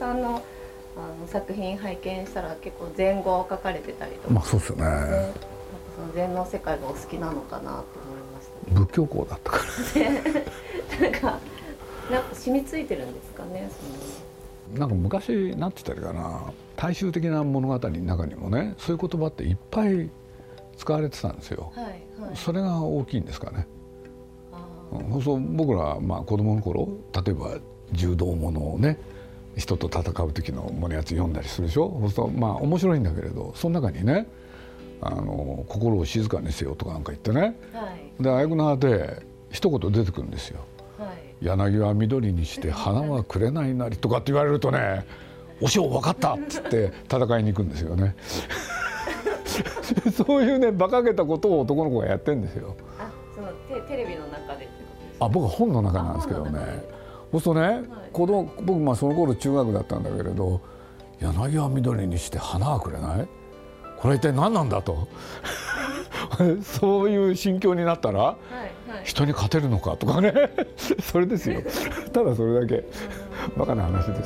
さんの作品拝見したら結構禅語を書かれてたりとか、 まあそうですよね。 なんかその禅の世界がお好きなのかなと思いましたね。 仏教校だったからなんか染みついてるんですかね。 なんか昔なんて言ったらいいかな、大衆的な物語の中にもね、そういう言葉っていっぱい使われてたんですよ。 はいはい、 それが大きいんですかね。そう僕ら子供の頃、例えば柔道ものをね、人と戦う時のものやつ読んだりするでしょ。そうすると面白いんだけれど、その中にね、心を静かにせよとかなんか言ってね、 はい、 であやぐなで一言出てくるんですよ。はい、柳は緑にして花はくれないなりとかって言われるとね、おしょ分かったっつって戦いに行くんですよね。そういうね馬鹿げたことを男の子がやってるんですよ。 あ、そのテレビの中でってことですか。僕は本の中なんですけどね。そうするとね、はい、僕その頃中学だったんだけれど、柳は緑にして花はくれない、これ一体何なんだと。そういう心境になったら、はいはい、人に勝てるのかとかね。それですよ。ただそれだけバカな話です。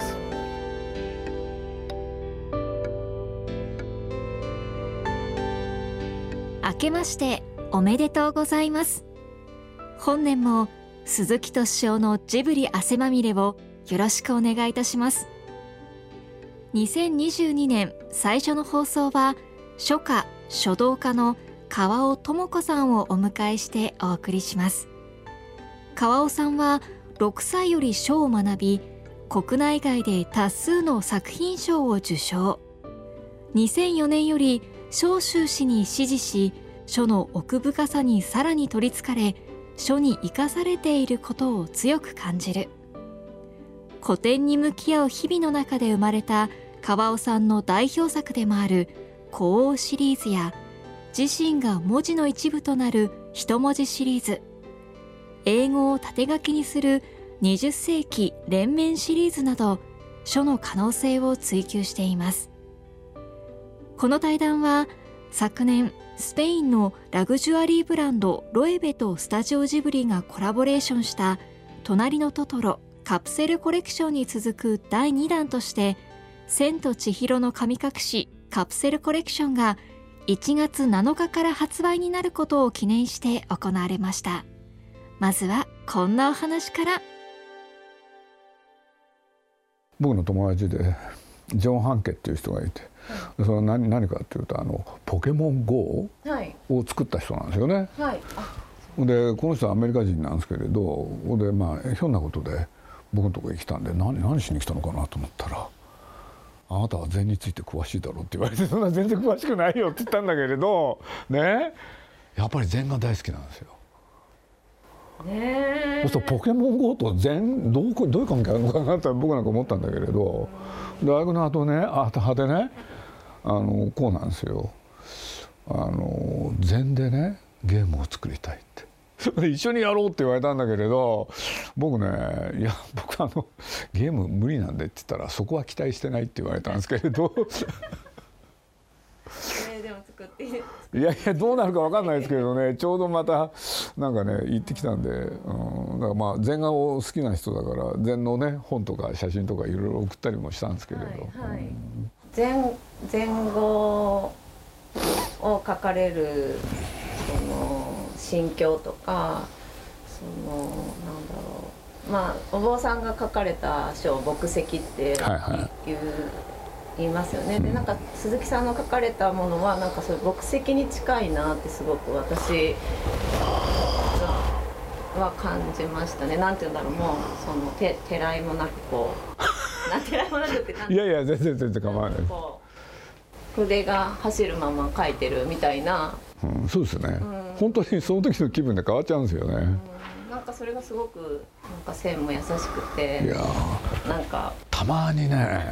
明けましておめでとうございます。本年も鈴木敏夫のジブリ汗まみれをよろしくお願いいたします。2022年最初の放送は書家書道家の川尾智子さんをお迎えしてお送りします。川尾さんは6歳より書を学び、国内外で多数の作品賞を受賞。2004年より召集士に師事し、書の奥深さにさらに取りつかれ、書に生かされていることを強く感じる。古典に向き合う日々の中で生まれた川尾さんの代表作でもある古王シリーズや、自身が文字の一部となる一文字シリーズ、英語を縦書きにする20世紀連綿シリーズなど、書の可能性を追求しています。この対談は昨年スペインのラグジュアリーブランドロエベとスタジオジブリがコラボレーションした隣のトトロカプセルコレクションに続く第2弾として、千と千尋の神隠しカプセルコレクションが1月7日から発売になることを記念して行われました。まずはこんなお話から。 僕の友達でジョン・ハンケっていう人がいて、それは何かっていうとポケモン GO を作った人なんですよね。はい、でこの人はアメリカ人なんですけれど、でひょんなことで僕のところに来たんで、何しに来たのかなと思ったら、あなたは禅について詳しいだろうって言われて、そんな全然詳しくないよって言ったんだけれどね、やっぱり禅が大好きなんですよ。そうするとポケモン GO と禅どういう関係あるのかなって僕なんか思ったんだけれど、大学の後ね、派でね、こうなんですよ。禅でねゲームを作りたいって。一緒にやろうって言われたんだけれど、僕ね、いや僕ゲーム無理なんでって言ったら、そこは期待してないって言われたんですけれど。 でも作っていやどうなるか分かんないですけどね、ちょうどまたなんかね行ってきたんで、だから禅が好きな人だから禅のね本とか写真とかいろいろ送ったりもしたんですけれど、 禅語を書かれるその心境とか、お坊さんが書かれた書を墨跡って言いますよね。でなんか鈴木さんの書かれたものはなんかそういう墨跡に近いなってすごく私は感じましたね。なんて言うんだろう、もうそのてらいもなくこうてらいもなくっていや全然構わない。 筆が走るまま書いてるみたいな。 そうですね、本当にその時の気分で変わっちゃうんですよね。 なんかそれがすごくなんか線も優しくて、 いやなんかたまにね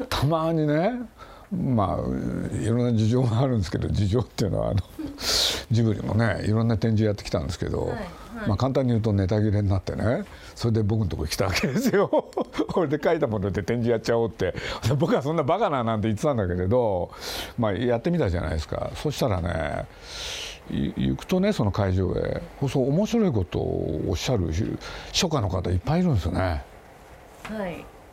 いろんな事情があるんですけど、事情っていうのはジブリもねいろんな展示やってきたんですけど、簡単に言うとネタ切れになってね、それで僕のところに来たわけですよ。これで書いたもので展示やっちゃおうって。僕はそんなバカななんて言ってたんだけれど、やってみたじゃないですか。そしたらね、行くとね、その会場へそう面白いことをおっしゃる書家の方いっぱいいるんですよね。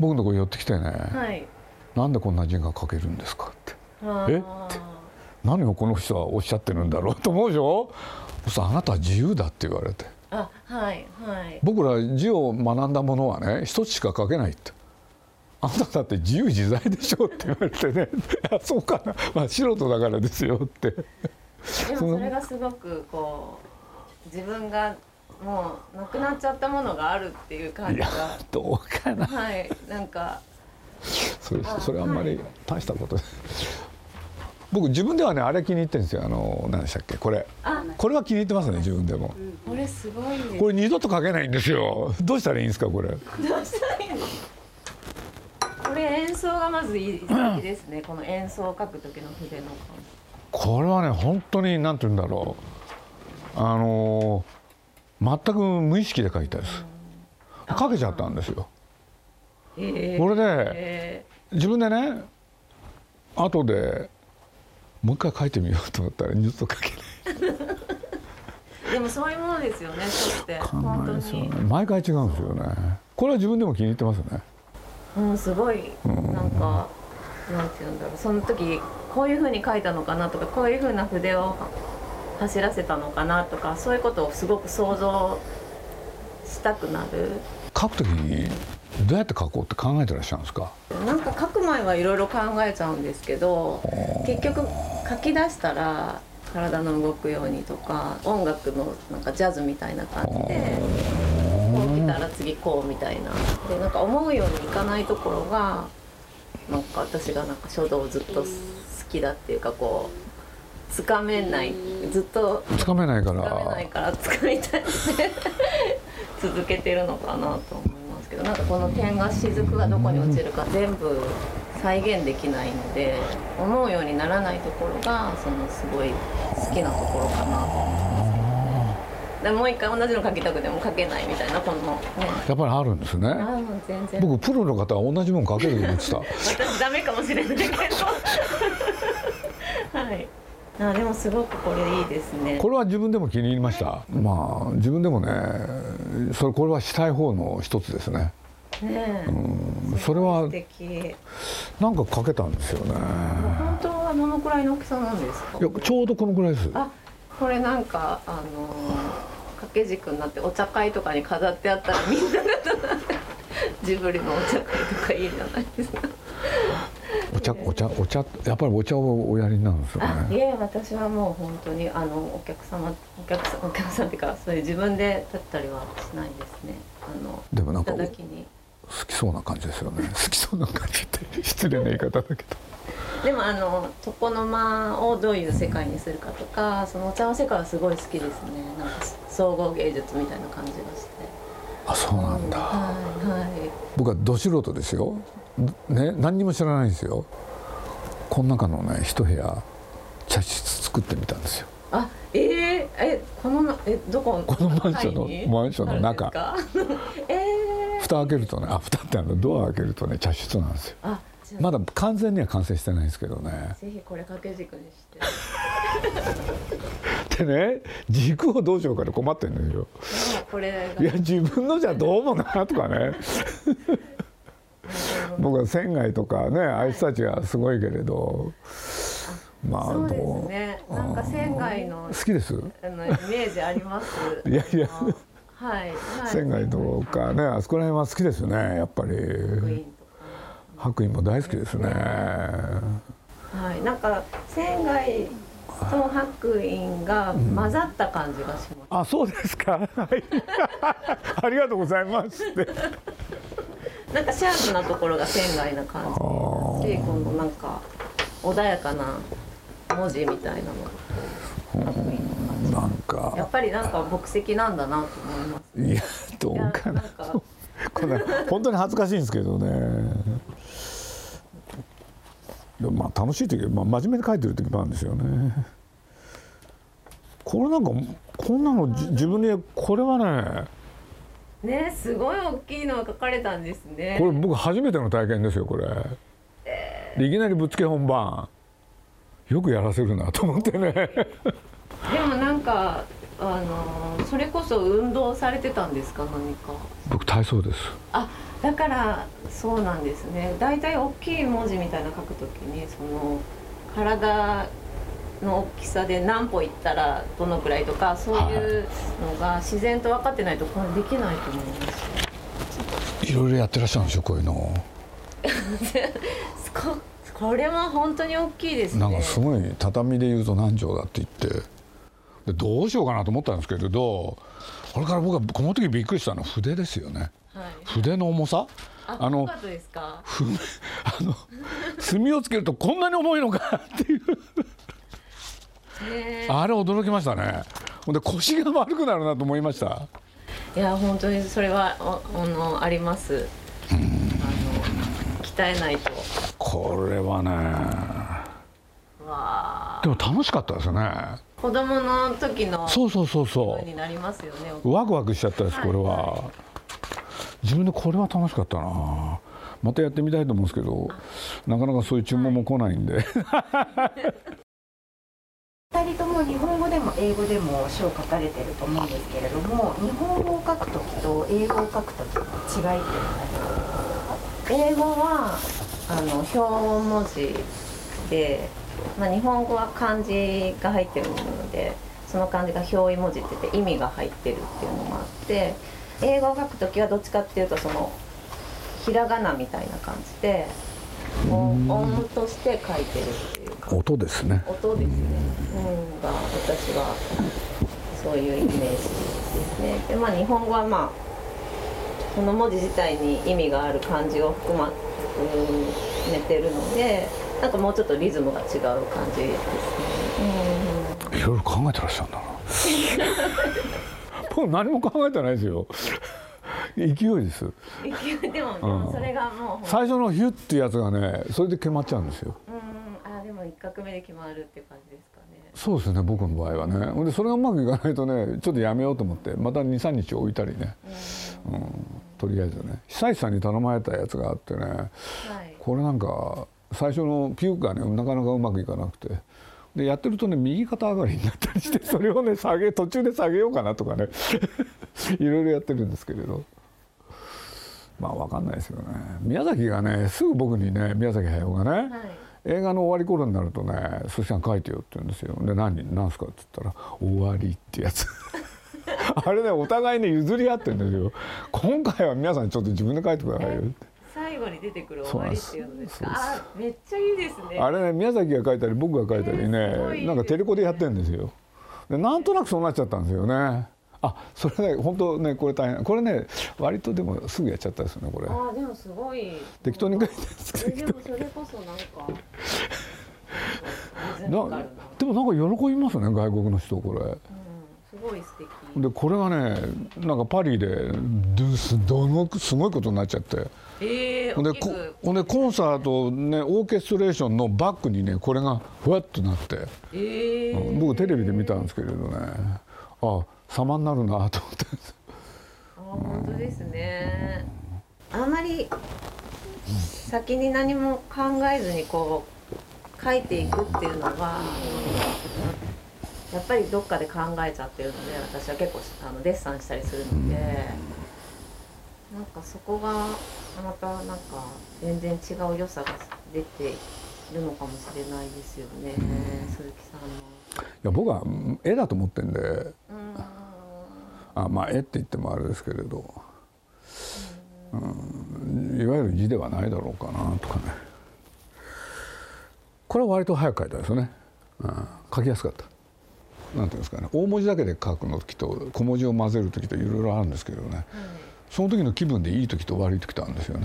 僕のところ寄ってきてね、なんでこんな字が書けるんですかって、って何をこの人はおっしゃってるんだろうと思うでしょ。あなたは自由だって言われて、僕ら字を学んだものはね一つしか書けないって、あなただって自由自在でしょって言われてねそうかな、まあ素人だからですよってでもそれがすごくこう自分がもうなくなっちゃったものがあるっていう感じが、 どうかな、 なんかそれはあんまり大したこと僕自分ではねあれ気に入ってるんですよ。何でしたっけ、これは気に入ってますね、自分でも。 これすごいです。 これ二度と書けないんですよ。どうしたらいいんですかこれ。 どうしたらいいの。これ演奏がまずいいですね。この演奏を書く時の筆の感じ。 これはね本当に何て言うんだろう、全く無意識で書いたです。書けちゃったんですよ。これで自分でね後でもう一回書いてみようと思ったら二度と書けないでもそういうものですよね。そうって本当に毎回違うんですよね。これは自分でも気に入ってますね。 すごいなんかなんていうんだろう、その時こういうふうに書いたのかなとか、こういうふうな筆を走らせたのかなとか、そういうことをすごく想像したくなる。 書く時にどうやって書こうって考えてらっしゃるんですか。 なんか書く前はいろいろ考えちゃうんですけど、結局書き出したら体の動くようにとか、音楽のなんかジャズみたいな感じでこう来たら次こうみたいなで、なんか思うようにいかないところがなんか私がなんか書道をずっと好きだっていうか、こうつかめない、ずっとつかめないからつかみたいって続けてるのかなと思いますけど、なんかこの点が雫がどこに落ちるか全部再現できないので、思うようにならないところがそのすごい好きなところかなと思いますけどね。でもう一回同じの書きたくても書けないみたいな、このねやっぱりあるんですね。 全然僕プロの方は同じもの書けると思ってた私ダメかもしれないけどはい、でもすごくこれいいですね。 これは自分でも気に入りました。まあ自分でもねこれはしたい方の一つですね。それはなんか書けたんですよね。 本当はどのくらいの大きさなんですか。 いやちょうどこのくらいです。 これなんか掛け軸になってお茶会とかに飾ってあったらみんながジブリのお茶会とかいいじゃないですか。お茶やっぱりお茶をおやりになるんですよね。 いえ、私はもう本当にお客さんっていうか、そういう自分で立ったりはしないですね。 でもなんかいただきに好きそうな感じですよね。好きそうな感じって失礼な言い方だけど。 でも床の間をどういう世界にするかとか、そのお茶の世界はすごい好きですね。なんか総合芸術みたいな感じがして。 あ、そうなんだ。僕はど素人ですよ。ね、何にも知らないんですよ。この中のね一部屋茶室作ってみたんですよ。 どこ？ このマンションの中。蓋開けるとね、蓋ってドア開けるとね茶室なんですよ。まだ完全には完成してないんですけどね。 ぜひこれ掛け軸にして。 でね、軸をどうしようかで困ってるんですよ。いや自分のじゃどうもなとかね。僕は仙とかね、ああいう人たちがすごいけれど、まあそうですね。なんか仙の好きです。 イメージあります。 いや仙とかね、あそこら辺は好きですよね、やっぱり。白隠も大好きですね。 なんか仙と白隠が混ざった感じがします。 そうですか。ありがとうございますって。 なんかシャープなところが仙な感じで、このなんか穏やかな文字みたいなのがなんかやっぱりなんか牧石なんだなと思います。 いやどうかな。これ本当に恥ずかしいんですけどね。でもまあ楽しい時は真面目に書いてる時もあるんですよね。これなんかこんなの自分でこれはね。 すごい大きいのが書かれたんですね。 これ僕初めての体験ですよこれ。いきなりぶっつけ本番よくやらせるなと思ってね。でもなんかそれこそ運動されてたんですか、何か。 僕体操です。 だからそうなんですね。だいたい大きい文字みたいな書くときにその体の大きさで何歩いったらどのくらいとかそういうのが自然と分かってないとこれできないと思います。 いろいろやってらっしゃるんでしょこういうの。 これは本当に大きいですね。 なんかすごい畳でいうと何畳だって言って、でどうしようかなと思ったんですけれど、これから僕はこの時びっくりしたのは筆ですよね。はい、筆の重さ。 重かったですか？ 墨をつけるとこんなに重いのかっていう。あれ驚きましたね。で腰が悪くなるなと思いました。 いや本当にそれはあります。鍛えないと。 これはね。でも楽しかったですよね。 子供の時のそうになりますよね。 ワクワクしちゃったです、これは。自分でこれは楽しかったな。またやってみたいと思うんですけど、なかなかそういう注文も来ないんで。 2人とも日本語でも英語でも書を書かれてると思うんですけれども、日本語を書くときと英語を書くときの違いっていうのは何ですか？英語は表文字で、日本語は漢字が入ってるもので、その漢字が表意文字って言って意味が入ってるっていうのもあって、英語を書くときはどっちかっていうとそのひらがなみたいな感じで音として書いてるっていうか。 音ですね。 音ですね。が私はそういうイメージですね。で日本語はその文字自体に意味がある漢字を含めてるので、なんかもうちょっとリズムが違う感じですね。 いろいろ考えてらっしゃるんだな。僕何も考えてないですよ。勢いです。 でもそれがもう最初のヒュッってやつがね、それで決まっちゃうんですよ。 でも一画目で決まるっていう感じですかね。 そうですね、僕の場合はね。でそれがうまくいかないとね、ちょっとやめようと思ってまた 2,3 日置いたりね、とりあえずね、久石さんに頼まれたやつがあってね、これなんか最初のピューがねなかなかうまくいかなくて、でやってるとね右肩上がりになったりして、それをね途中で下げようかなとかねいろいろやってるんですけれど、分かんないですよね。宮崎がねすぐ僕にね、宮崎駿がね、映画の終わり頃になるとね「鈴木さん書いてよ」って言うんですよ。で何すかって言ったら「終わり」ってやつあれねお互いね譲り合ってるんですよ。今回は皆さんちょっと自分で書いてくださいよって。 最後に出てくる終わりっていうのですか？めっちゃいいですね。 あれね宮崎が書いたり僕が書いたりね、なんかテレコでやってるんですよ。でなんとなくそうなっちゃったんですよね。それね本当ねこれ大変。これね割とでもすぐやっちゃったですよねこれ。 でもすごい適当に書いてるんですけど。 でもそれこそなんかでもなんか喜びますね外国の人これ。 すごい素敵。 でこれがねなんかパリですごいことになっちゃって。でコンサートねオーケストレーションのバックにねこれがふわっとなって、僕テレビで見たんですけれどね、様になるなと思って。 本当ですね。あまり先に何も考えずにこう書いていくっていうのはやっぱりどっかで考えちゃってるので、私は結構デッサンしたりするので、なんかそこがまたなんか全然違う良さが出ているのかもしれないですよね、鈴木さんの。 いや僕は絵だと思ってんで、絵って言ってもあれですけれど、いわゆる字ではないだろうかなとかね。これは割と早く書いたですよね、書きやすかった。なんていうんですかね、大文字だけで書くの時と小文字を混ぜる時といろいろあるんですけどね、その時の気分でいい時と悪い時とあるんですよね。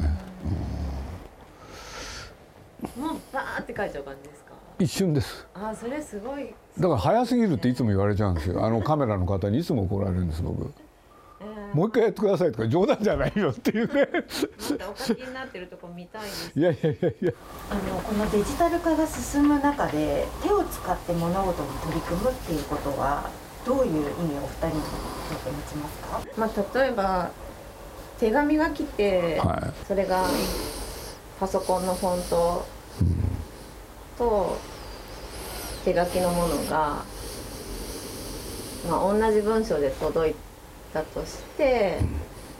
もうバーって書いちゃう感じですか？ 一瞬です。 それすごい。 だから早すぎるっていつも言われちゃうんですよ。カメラの方にいつも怒られるんです僕。もう一回やってくださいとか、冗談じゃないよっていうね。 またお書きになってるとこ見たいです。 いやこのデジタル化が進む中で手を使って物事に取り組むっていうことはどういう意味をお二人にとって持ちますか？ 例えば手紙が来て、それがパソコンのフォントと手書きのものが、同じ文章で届いたとして、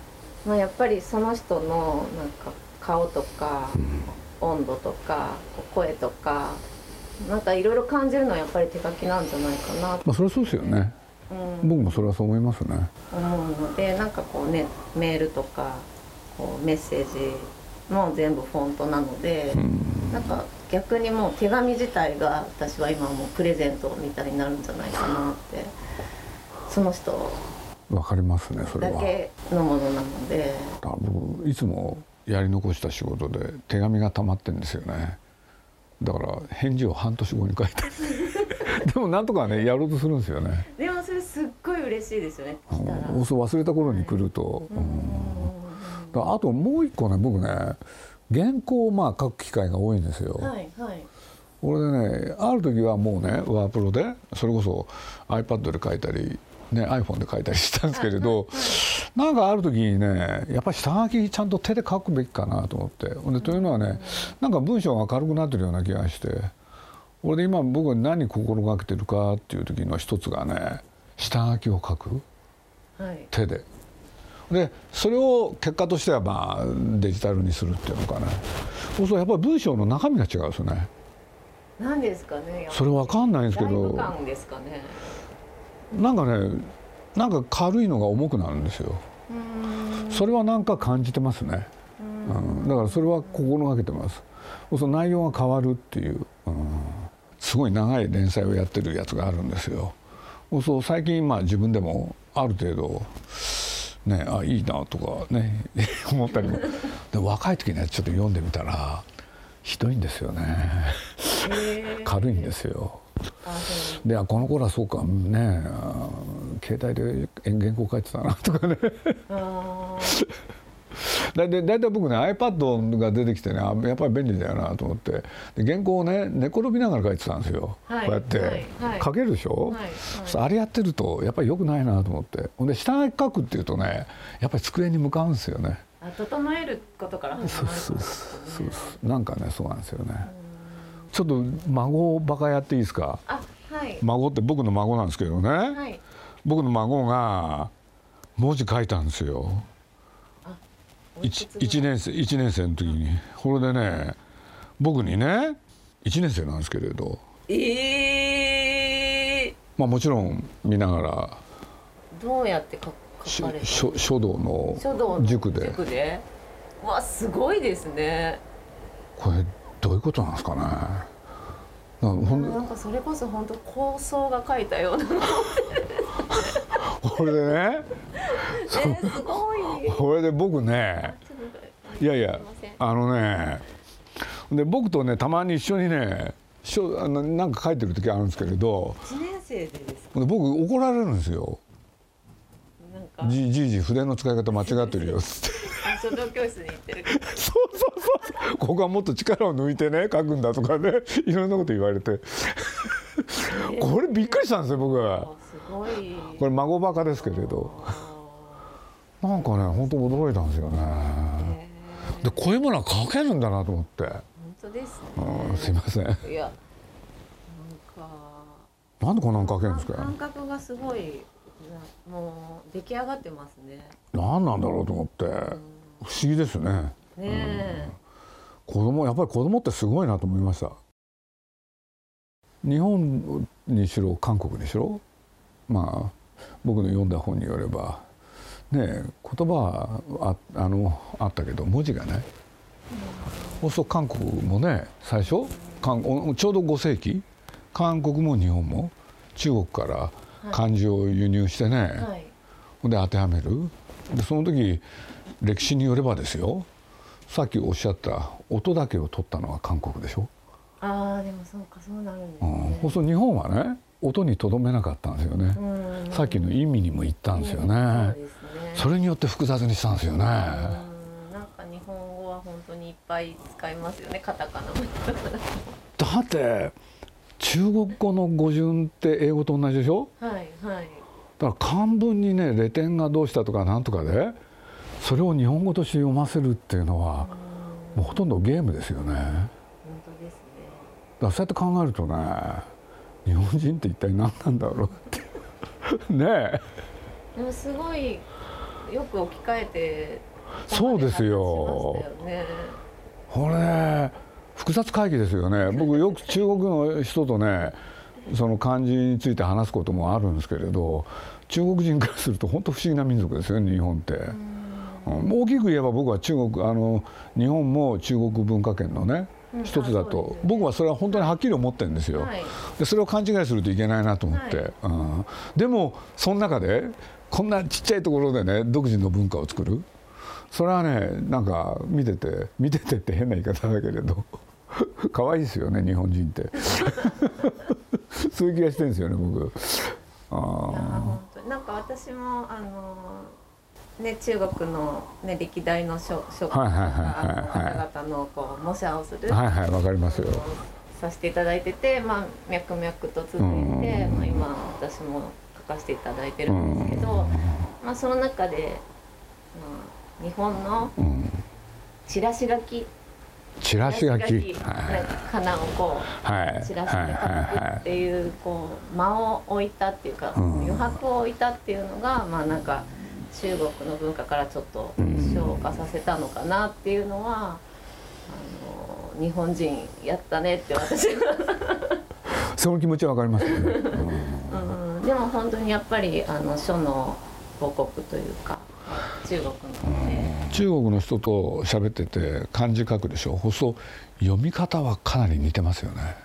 まあ、やっぱりその人のなんか顔とか、温度とか声とかなんかいろいろ感じるのはやっぱり手書きなんじゃないかな。 まあそれはそうですよね、僕もそれはそう思いますね。 思うので、なんかこうね、メールとかこうメッセージも全部フォントなので、なんか逆にもう手紙自体が私は今もうプレゼントみたいになるんじゃないかなって、その人わかりますね、それは。 だけのものなので。 僕いつもやり残した仕事で手紙が溜まってるんですよね。だから返事を半年後に書いてでもなんとかねやろうとするんですよね。 でもそれすっごい嬉しいですよね。来たら忘れた頃に来ると、あともう一個ね、僕ね原稿をまあ書く機会が多いんですよ。 はいはい。 これでね、ある時はもうねワープロでそれこそ iPad で書いたりね iPhone で書いたりしたんですけれど、なんかある時にねやっぱり下書きちゃんと手で書くべきかなと思って、でというのはね、なんか文章が軽くなってるような気がして、俺で今僕が何心がけてるかっていう時の一つがね、下書きを書く、はい、手で。でそれを結果としてはまあデジタルにするっていうのかな。そうするとやっぱり文章の中身が違うんですよね。 何ですかね。 それわかんないんですけど。 ライブ感ですかね。 なんかね、なんか軽いのが重くなるんですよ。それはなんか感じてますね。だからそれは心がけてます。その内容が変わるっていう、すごい長い連載をやってるやつがあるんですよ。そう最近まあ自分でもある程度ね、あいいなとかね思ったりも。で若い時にちょっと読んでみたらひどいんですよね。軽いんですよ。でこの頃はそうかね、携帯で原稿書いてたなとかね。だいたい僕ね iPad が出てきてね、やっぱり便利だよなと思って、で原稿をね寝転びながら書いてたんですよ、こうやって、書けるでしょ、あれやってるとやっぱり良くないなと思って、で下書き書くっていうとねやっぱり机に向かうんですよね。 整えることから始まる。 そうなんかねそうなんですよね。ちょっと孫バカやっていいですか。孫って僕の孫なんですけどね、僕の孫が文字書いたんですよ。1年生の時に。これでね僕にね1年生なんですけれど、まあもちろん見ながらどうやって書かれた？ 書道の塾で。わすごいですね。これどういうことなんですかね。 なんかそれこそ本当構想が書いたようなこれでねすごい。 これで僕ね、いやで僕とねたまに一緒にねなんか書いてる時あるんですけれど、 1年生でですか。 僕怒られるんですよ。じい筆の使い方間違ってるよっつって。 書道教室に行ってる。 そうここはもっと力を抜いてね書くんだとかね、いろんなこと言われてこれびっくりしたんですよ僕は。 すごい。 これ孫バカですけれど、なんかね本当驚いたんですよね。でこういうものは書けるんだなと思って。 本当ですね。 すいません。 いやなんでこんなの書けるんですか。 感覚がすごいもう出来上がってますね。 何なんだろうと思って、不思議ですね。やっぱり子供ってすごいなと思いました。日本にしろ韓国にしろ、まあ僕の読んだ本によればね、言葉はあったけど文字がない。そうすると韓国もね最初ちょうど5世紀韓国も日本も中国から漢字を輸入してね、で当てはめる。でその時歴史によればですよ、さっきおっしゃった音だけを取ったのは韓国でしょ。 でもそうなるんですね。 そうすると日本はね音にとどめなかったんですよね。さっきの意味にも言ったんですよね。それによって複雑にしたんですよね。 なんか日本語は本当にいっぱい使いますよね、カタカナも。 だって中国語の語順って英語と同じでしょ。だから漢文にねレ点がどうしたとかなんとかでそれを日本語として読ませるっていうのはもうほとんどゲームですよね。 本当ですね。 だからそうやって考えるとね、日本人って一体何なんだろうってねえ。 でもすごいよく置き換えてそうですよ。これね、複雑会議ですよね。僕よく中国の人とね、その漢字について話すこともあるんですけれど、中国人からすると本当不思議な民族ですよね、日本って。大きく言えば僕は日本も中国文化圏のね一つだと、僕はそれは本当にはっきり思ってるんですよ。でそれを勘違いするといけないなと思って、でもその中でこんなちっちゃいところでね独自の文化を作る、それはねなんか見ててって変な言い方だけれど可愛いですよね、日本人ってそういう気がしてるんですよね、僕。 なんか私もね、中国の、ね、歴代の書家の方々のこう模写をする、 わかりますよ、 させていただいてて、まあ、脈々と続いて、まあ、今私も書かせていただいてるんですけど、まあ、その中で、まあ、日本のチラシ書きかなをこうチラシで書くっていうこう間を置いたっていうか、余白を置いたっていうのが、まあなんか中国の文化からちょっと昇華させたのかなっていうのは、日本人やったねって私はその気持ちはわかりますよね。 でも本当にやっぱり書の母国というか中国の、 中国の人と喋ってて漢字書くでしょ。そう読み方はかなり似てますよね。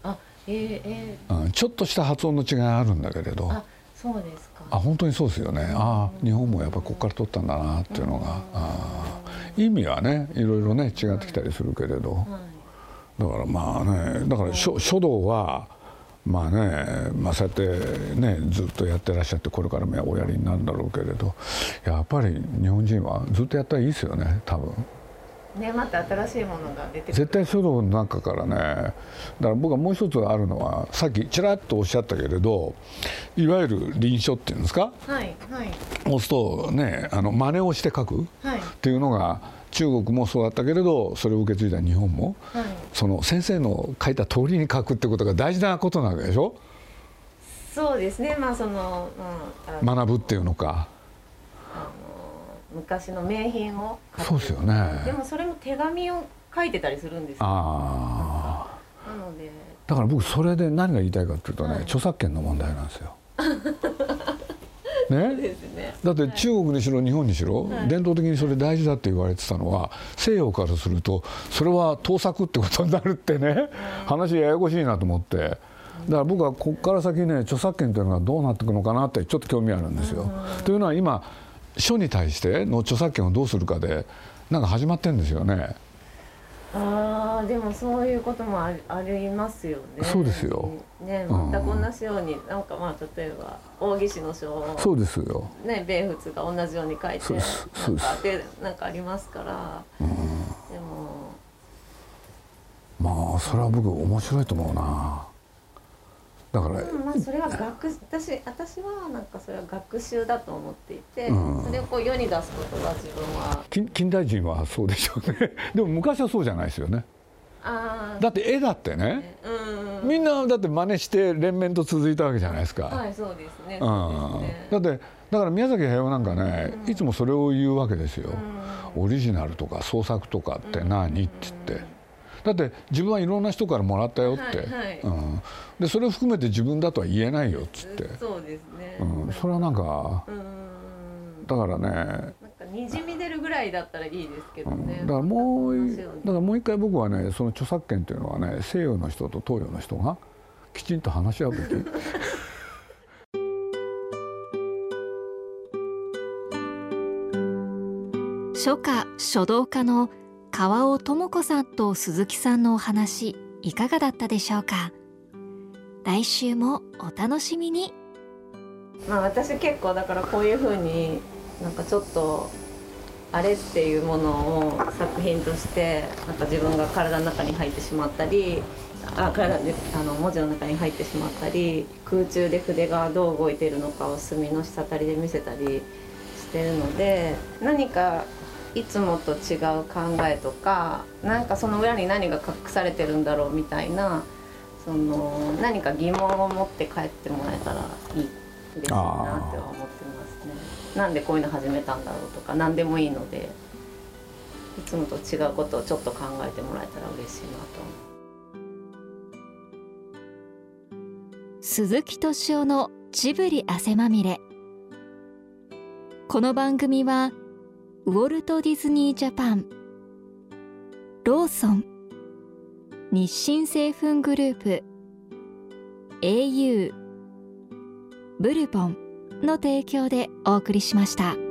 ちょっとした発音の違いあるんだけれど。 そうですか。 本当にそうですよね。日本もやっぱりここから取ったんだなっていうのが、意味はねいろいろね違ってきたりするけれど、だからまあね、だから書道はまあね、そうやってねずっとやってらっしゃって、これからもおやりになるんだろうけれど、やっぱり日本人はずっとやったらいいですよね、多分。 ね、また新しいものが出てくる。 絶対書道の中からね。だから僕はもう一つあるのは、さっきちらっとおっしゃったけれど、いわゆる臨書っていうんですか、押すとね真似をして書くっていうのが中国もそうだったけれど、それを受け継いだ日本も、その先生の書いた通りに書くってことが大事なことなわけでしょ。 そうですね、まあ学ぶっていうのか。 昔の名品を書く。 そうですよね。 でもそれも手紙を書いてたりするんですよ。なのでだから僕それで何が言いたいかっていうとね、著作権の問題なんですよ。ね、だって中国にしろ日本にしろ、伝統的にそれ大事だって言われてたのは、西洋からするとそれは盗作ってことになるってね、話ややこしいなと思って、だから僕はここから先ね著作権というのがどうなっていくのかなってちょっと興味あるんですよ。というのは今書に対しての著作権をどうするかでなんか始まってるんですよね。 でもそういうこともありますよね。 そうですよ。 ね、全く同じように、なんかまあ例えば王羲之の書をそうですよ。 ね、米仏が同じように書いてなんかありますから。でもまあそれは僕面白いと思うな。だから、 まあそれは私はなんかそれは学習だと思っていて、それをこう世に出すことは自分は近代人はそうでしょうね。でも昔はそうじゃないですよね。だって絵だってね、みんなだって真似して連綿と続いたわけじゃないですか。 はい、そうですね。 だから宮崎駿なんかね、いつもそれを言うわけですよ。オリジナルとか創作とかって何って言って。だって自分はいろんな人からもらったよって、でそれを含めて自分だとは言えないよっつって。 そうですね。 それはなんかだからね、なんかにじみ出るぐらいだったらいいですけどね。 だからもう一回僕はね、その著作権っていうのはね、西洋の人と東洋の人がきちんと話し合うべき。 書家書道家の川尾智子さんと鈴木さんのお話いかがだったでしょうか。来週もお楽しみに。 まあ私結構だからこういうふうになんかちょっとあれっていうものを作品としてなんか自分が体の中に入ってしまったり、体で文字の中に入ってしまったり、空中で筆がどう動いているのかを墨の滴りで見せたりしてるので、何かいつもと違う考えとか、なんかその裏に何が隠されてるんだろうみたいな、その何か疑問を持って帰ってもらえたらいい嬉しいなっては思ってますね。なんでこういうの始めたんだろうとか何でもいいので。 つもと違うことをちょっと考えてもらえたら嬉しいなと思う。鈴木敏夫のジブリ汗まみれ。この番組はウォルト・ディズニー・ジャパン、ローソン、日清製粉グループ、au、ブルボンの提供でお送りしました。